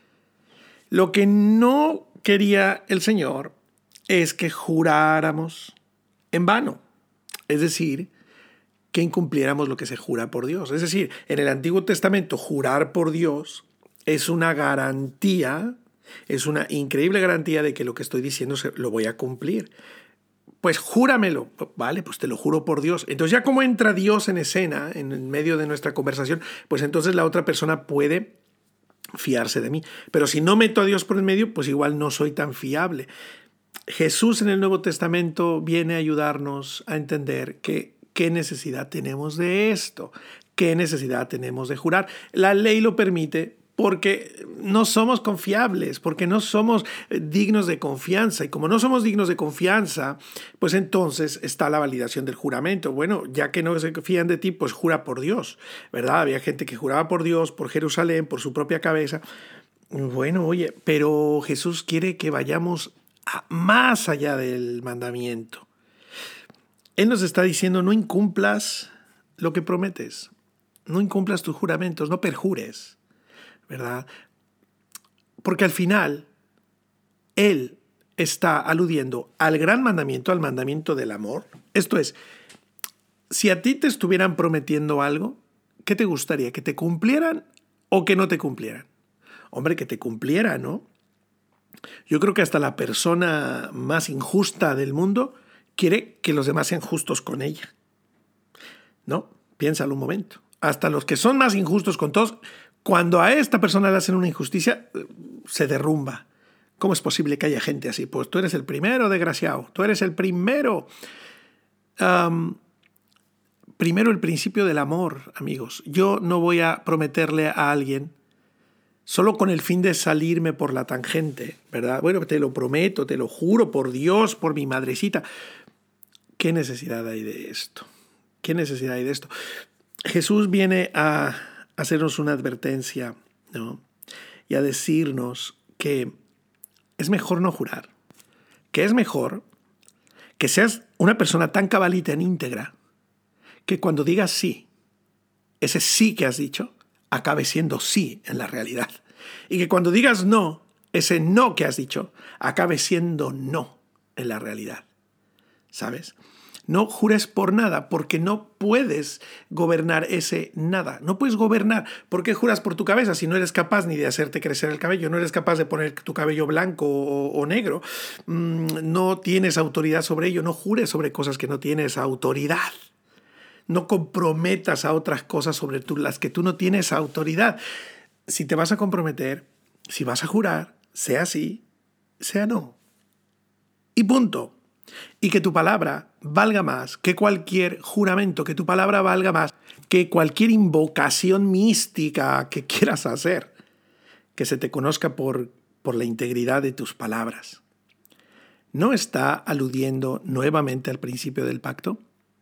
Lo que no quería el Señor es que juráramos en vano, es decir, que incumpliéramos lo que se jura por Dios. Es decir, en el Antiguo Testamento jurar por Dios es una garantía, es una increíble garantía de que lo que estoy diciendo lo voy a cumplir. Pues júramelo. Vale, pues te lo juro por Dios. Entonces ya como entra Dios en escena, en medio de nuestra conversación, pues entonces la otra persona puede fiarse de mí. Pero si no meto a Dios por el medio, pues igual no soy tan fiable. Jesús en el Nuevo Testamento viene a ayudarnos a entender que qué necesidad tenemos de esto, qué necesidad tenemos de jurar. La ley lo permite porque no somos confiables, porque no somos dignos de confianza. Y como no somos dignos de confianza, pues entonces está la validación del juramento. Bueno, ya que no se fían de ti, pues jura por Dios, ¿verdad? Había gente que juraba por Dios, por Jerusalén, por su propia cabeza. Bueno, oye, pero Jesús quiere que vayamos más allá del mandamiento. Él nos está diciendo, no incumplas lo que prometes, no incumplas tus juramentos, no perjures, ¿verdad? Porque al final, Él está aludiendo al gran mandamiento, al mandamiento del amor. Esto es, si a ti te estuvieran prometiendo algo, ¿qué te gustaría? ¿Que te cumplieran o que no te cumplieran? Hombre, que te cumpliera, ¿no? Yo creo que hasta la persona más injusta del mundo quiere que los demás sean justos con ella. No, piénsalo un momento. Hasta los que son más injustos con todos, cuando a esta persona le hacen una injusticia, se derrumba. ¿Cómo es posible que haya gente así? Pues tú eres el primero, desgraciado. Tú eres el primero. Primero el principio del amor, amigos. Yo no voy a prometerle a alguien solo con el fin de salirme por la tangente, ¿verdad? Bueno, te lo prometo, te lo juro, por Dios, por mi madrecita. ¿Qué necesidad hay de esto? ¿Qué necesidad hay de esto? Jesús viene a hacernos una advertencia, ¿no? Y a decirnos que es mejor no jurar, que es mejor que seas una persona tan cabalita en íntegra que cuando digas sí, ese sí que has dicho acabe siendo sí en la realidad. Y que cuando digas no, ese no que has dicho acabe siendo no en la realidad. ¿Sabes? No jures por nada, porque no puedes gobernar ese nada. No puedes gobernar. ¿Por qué juras por tu cabeza si no eres capaz ni de hacerte crecer el cabello? No eres capaz de poner tu cabello blanco o negro. No tienes autoridad sobre ello. No jures sobre cosas que no tienes autoridad. No comprometas a otras cosas sobre las que tú no tienes autoridad. Si te vas a comprometer, si vas a jurar, sea sí, sea no. Y punto. Y que tu palabra valga más que cualquier juramento, que tu palabra valga más que cualquier invocación mística que quieras hacer. Que se te conozca por la integridad de tus palabras. ¿No está aludiendo nuevamente al principio del pacto?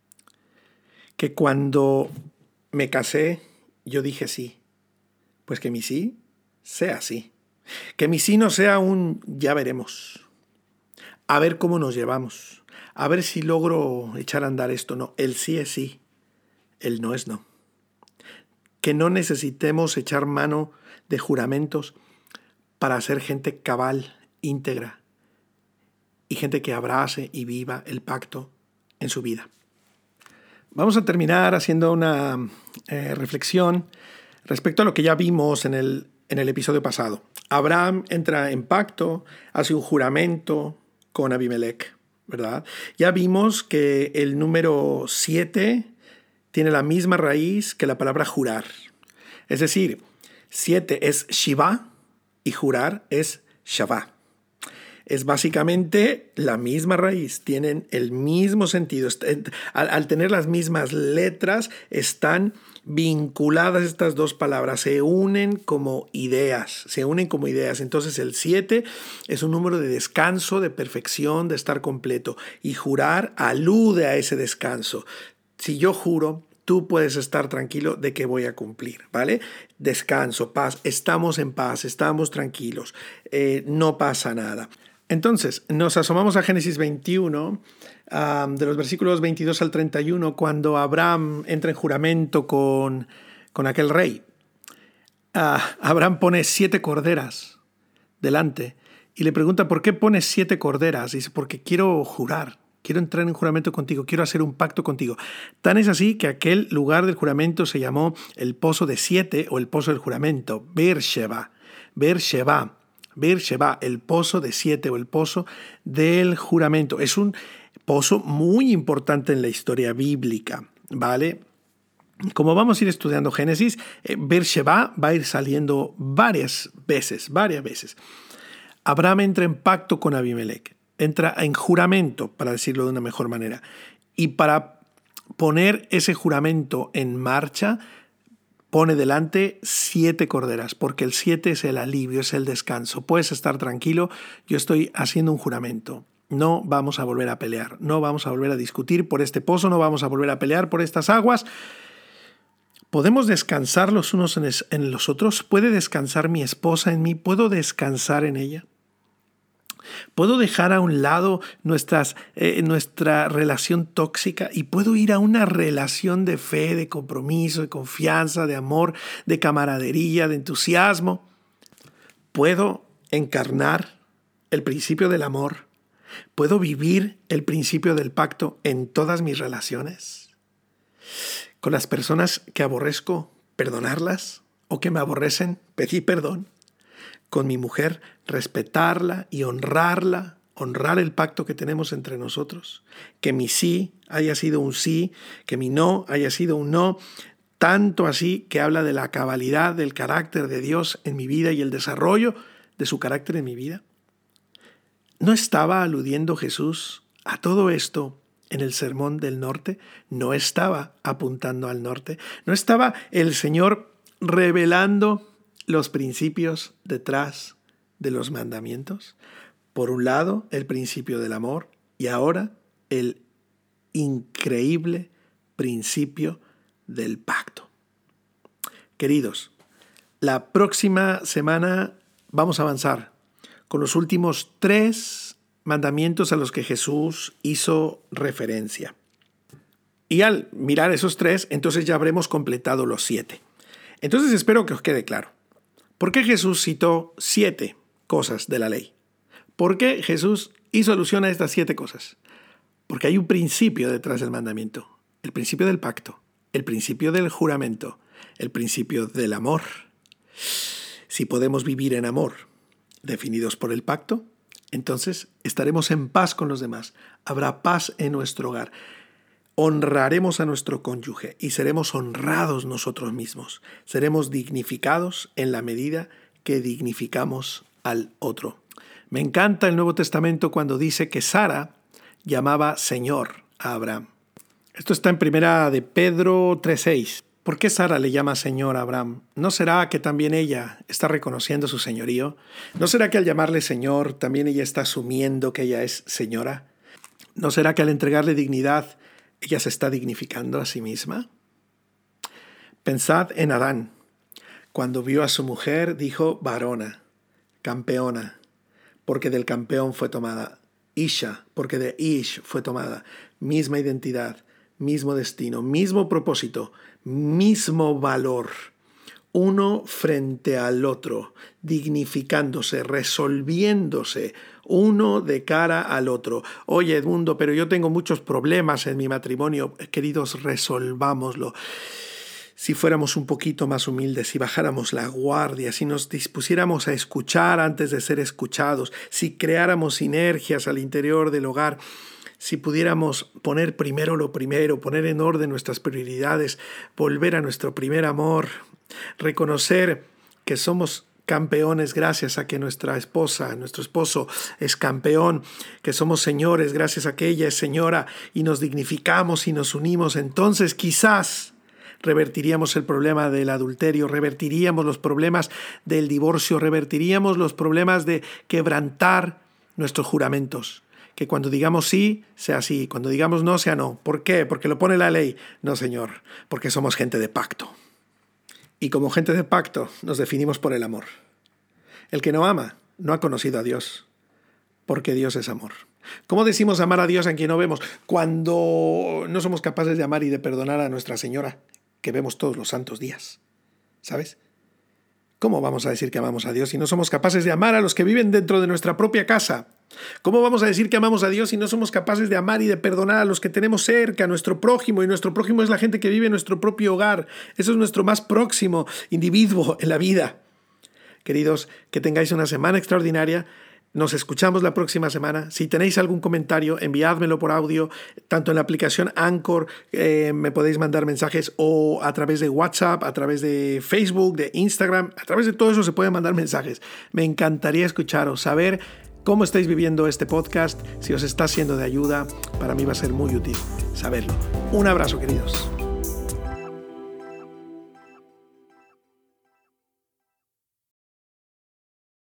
Que cuando me casé, yo dije sí. Pues que mi sí sea sí. Que mi sí no sea un ya veremos. A ver cómo nos llevamos. A ver si logro echar a andar esto. No, el sí es sí. El no es no. Que no necesitemos echar mano de juramentos para ser gente cabal, íntegra, y gente que abrace y viva el pacto en su vida. Vamos a terminar haciendo una reflexión respecto a lo que ya vimos en el episodio pasado. Abraham entra en pacto, hace un juramento con Abimelech, ¿verdad? Ya vimos que el número 7 tiene la misma raíz que la palabra jurar. Es decir, 7 es Shiva y jurar es Shavá. Es básicamente la misma raíz, tienen el mismo sentido. Al tener las mismas letras, están vinculadas estas dos palabras, se unen como ideas. Entonces el 7 es un número de descanso, de perfección, de estar completo. Y jurar alude a ese descanso. Si yo juro, tú puedes estar tranquilo de que voy a cumplir, ¿vale? Descanso, paz, estamos en paz, estamos tranquilos, no pasa nada. Entonces, nos asomamos a Génesis 21, de los versículos 22 al 31, cuando Abraham entra en juramento con aquel rey. Abraham pone 7 corderas delante y le pregunta, ¿por qué pones 7 corderas? Dice, porque quiero jurar, quiero entrar en juramento contigo, quiero hacer un pacto contigo. Tan es así que aquel lugar del juramento se llamó el Pozo de 7 o el Pozo del Juramento, Beer-Sheba, el Pozo de 7 o el Pozo del Juramento. Es un pozo muy importante en la historia bíblica, ¿vale? Como vamos a ir estudiando Génesis, Beer-Sheba va a ir saliendo varias veces. Abraham entra en pacto con Abimelech, entra en juramento, para decirlo de una mejor manera. Y para poner ese juramento en marcha, pone delante 7 corderas, porque el 7 es el alivio, es el descanso. Puedes estar tranquilo, yo estoy haciendo un juramento. No vamos a volver a pelear, no vamos a volver a discutir por este pozo, no vamos a volver a pelear por estas aguas. ¿Podemos descansar los unos en los otros? ¿Puede descansar mi esposa en mí? ¿Puedo descansar en ella? ¿Puedo dejar a un lado nuestra relación tóxica y puedo ir a una relación de fe, de compromiso, de confianza, de amor, de camaradería, de entusiasmo? ¿Puedo encarnar el principio del amor? ¿Puedo vivir el principio del pacto en todas mis relaciones? ¿Con las personas que aborrezco, perdonarlas? ¿O que me aborrecen, pedir perdón? Con mi mujer, respetarla y honrarla, honrar el pacto que tenemos entre nosotros, que mi sí haya sido un sí, que mi no haya sido un no, tanto así que habla de la cabalidad del carácter de Dios en mi vida y el desarrollo de su carácter en mi vida. ¿No estaba aludiendo Jesús a todo esto en el Sermón del Norte? ¿No estaba apuntando al norte? ¿No estaba el Señor revelando los principios detrás de los mandamientos? Por un lado, el principio del amor y ahora el increíble principio del pacto. Queridos, la próxima semana vamos a avanzar con los últimos 3 mandamientos a los que Jesús hizo referencia. Y al mirar esos 3, entonces ya habremos completado los 7. Entonces espero que os quede claro. ¿Por qué Jesús citó 7 cosas de la ley? ¿Por qué Jesús hizo alusión a estas 7 cosas? Porque hay un principio detrás del mandamiento. El principio del pacto, el principio del juramento, el principio del amor. Si podemos vivir en amor, definidos por el pacto, entonces estaremos en paz con los demás. Habrá paz en nuestro hogar. honraremos a nuestro cónyuge y seremos honrados nosotros mismos. Seremos dignificados en la medida que dignificamos al otro. Me encanta el Nuevo Testamento cuando dice que Sara llamaba Señor a Abraham. Esto está en primera de Pedro 3:6. ¿Por qué Sara le llama Señor a Abraham? ¿No será que también ella está reconociendo su señorío? ¿No será que al llamarle Señor también ella está asumiendo que ella es señora? ¿No será que al entregarle dignidad ella se está dignificando a sí misma? Pensad en Adán. Cuando vio a su mujer dijo varona, campeona, porque del campeón fue tomada. Isha, porque de Ish fue tomada. Misma identidad, mismo destino, mismo propósito, mismo valor. Uno frente al otro, dignificándose, resolviéndose, uno de cara al otro. Oye, Edmundo, pero yo tengo muchos problemas en mi matrimonio. Queridos, resolvámoslo. Si fuéramos un poquito más humildes, si bajáramos la guardia, si nos dispusiéramos a escuchar antes de ser escuchados, si creáramos sinergias al interior del hogar, si pudiéramos poner primero lo primero, poner en orden nuestras prioridades, volver a nuestro primer amor, reconocer que somos campeones gracias a que nuestra esposa, nuestro esposo es campeón, que somos señores gracias a que ella es señora y nos dignificamos y nos unimos, entonces quizás revertiríamos el problema del adulterio, revertiríamos los problemas del divorcio, revertiríamos los problemas de quebrantar nuestros juramentos. Que cuando digamos sí, sea sí, cuando digamos no, sea no. ¿Por qué? Porque lo pone la ley. No, señor, porque somos gente de pacto. Y como gente de pacto nos definimos por el amor. El que no ama no ha conocido a Dios, porque Dios es amor. ¿Cómo decimos amar a Dios a quien no vemos? Cuando no somos capaces de amar y de perdonar a Nuestra Señora, que vemos todos los santos días. ¿Sabes? ¿Cómo vamos a decir que amamos a Dios si no somos capaces de amar a los que viven dentro de nuestra propia casa? ¿Cómo vamos a decir que amamos a Dios si no somos capaces de amar y de perdonar a los que tenemos cerca, a nuestro prójimo? Y nuestro prójimo es la gente que vive en nuestro propio hogar. Eso es nuestro más próximo individuo en la vida. Queridos, que tengáis una semana extraordinaria. Nos escuchamos la próxima semana. Si tenéis algún comentario, enviádmelo por audio, tanto en la aplicación Anchor, me podéis mandar mensajes, o a través de WhatsApp, a través de Facebook, de Instagram, a través de todo eso se pueden mandar mensajes. Me encantaría escucharos, saber cómo estáis viviendo este podcast, si os está siendo de ayuda. Para mí va a ser muy útil saberlo. Un abrazo, queridos.